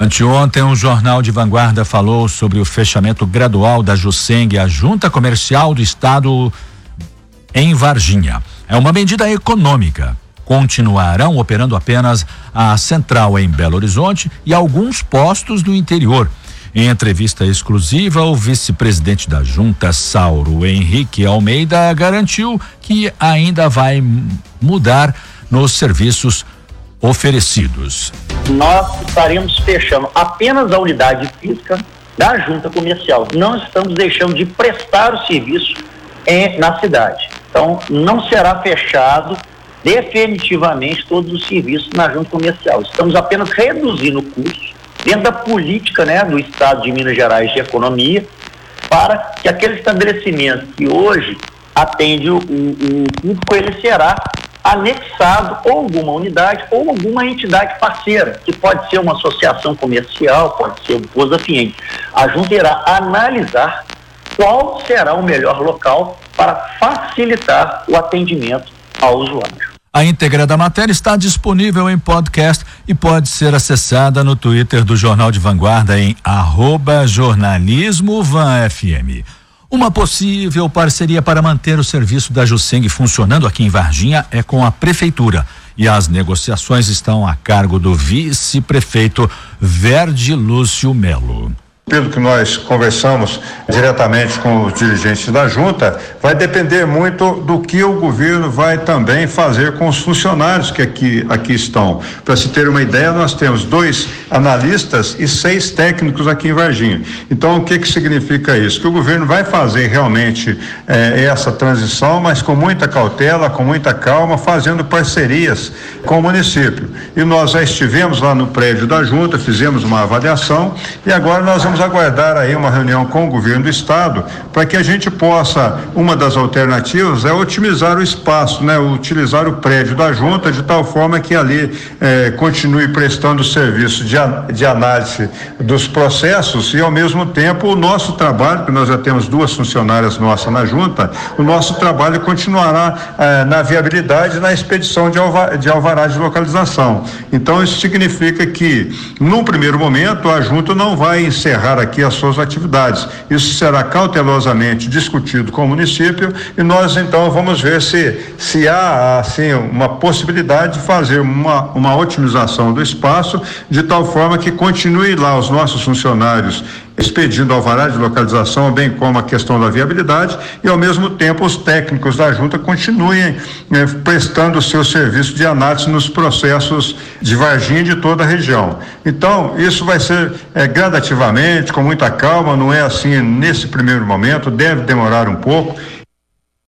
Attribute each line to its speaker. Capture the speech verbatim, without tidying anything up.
Speaker 1: Anteontem, o Jornal de Vanguarda falou sobre o fechamento gradual da Juseng, a Junta Comercial do Estado, em Varginha. É uma medida econômica. Continuarão operando apenas a central em Belo Horizonte e alguns postos no interior. Em entrevista exclusiva, o vice-presidente da Junta, Sauro Henrique Almeida, garantiu que ainda vai mudar nos serviços oferecidos.
Speaker 2: Nós estaremos fechando apenas a unidade física da Junta Comercial. Não estamos deixando de prestar o serviço em, na cidade. Então, não será fechado definitivamente todos os serviços na Junta Comercial. Estamos apenas reduzindo o custo dentro da política, né, do Estado de Minas Gerais de Economia, para que aquele estabelecimento que hoje atende o, o, o público, ele será anexado ou alguma unidade ou alguma entidade parceira, que pode ser uma associação comercial, pode ser um posto afim. A Junta irá analisar qual será o melhor local para facilitar o atendimento ao usuário.
Speaker 1: A íntegra da matéria está disponível em podcast e pode ser acessada no Twitter do Jornal de Vanguarda em arroba jornalismo van F M. Uma possível parceria para manter o serviço da Juseng funcionando aqui em Varginha é com a prefeitura, e as negociações estão a cargo do vice-prefeito Verde Lúcio Melo.
Speaker 3: Pelo que nós conversamos diretamente com os dirigentes da Junta, vai depender muito do que o governo vai também fazer com os funcionários que aqui, aqui estão. Para se ter uma ideia, nós temos dois analistas e seis técnicos aqui em Varginha. Então, o que que significa isso? Que o governo vai fazer realmente eh, essa transição, mas com muita cautela, com muita calma, fazendo parcerias com o município. E nós já estivemos lá no prédio da Junta, fizemos uma avaliação e agora nós vamos aguardar aí uma reunião com o governo do estado para que a gente possa, uma das alternativas é otimizar o espaço, né? Utilizar o prédio da Junta de tal forma que ali eh, continue prestando serviço de, de análise dos processos e ao mesmo tempo o nosso trabalho, que nós já temos duas funcionárias nossas na Junta, o nosso trabalho continuará eh, na viabilidade, na expedição de, alva, de alvará de localização. Então isso significa que num primeiro momento a Junta não vai encerrar aqui as suas atividades. Isso será cautelosamente discutido com o município e nós então vamos ver se se há assim uma possibilidade de fazer uma uma otimização do espaço de tal forma que continue lá os nossos funcionários expedindo alvará de localização, bem como a questão da viabilidade e ao mesmo tempo os técnicos da Junta continuem eh, prestando o seu serviço de análise nos processos de Varginha e de toda a região. Então, isso vai ser eh, gradativamente, com muita calma, não é assim nesse primeiro momento, deve demorar um pouco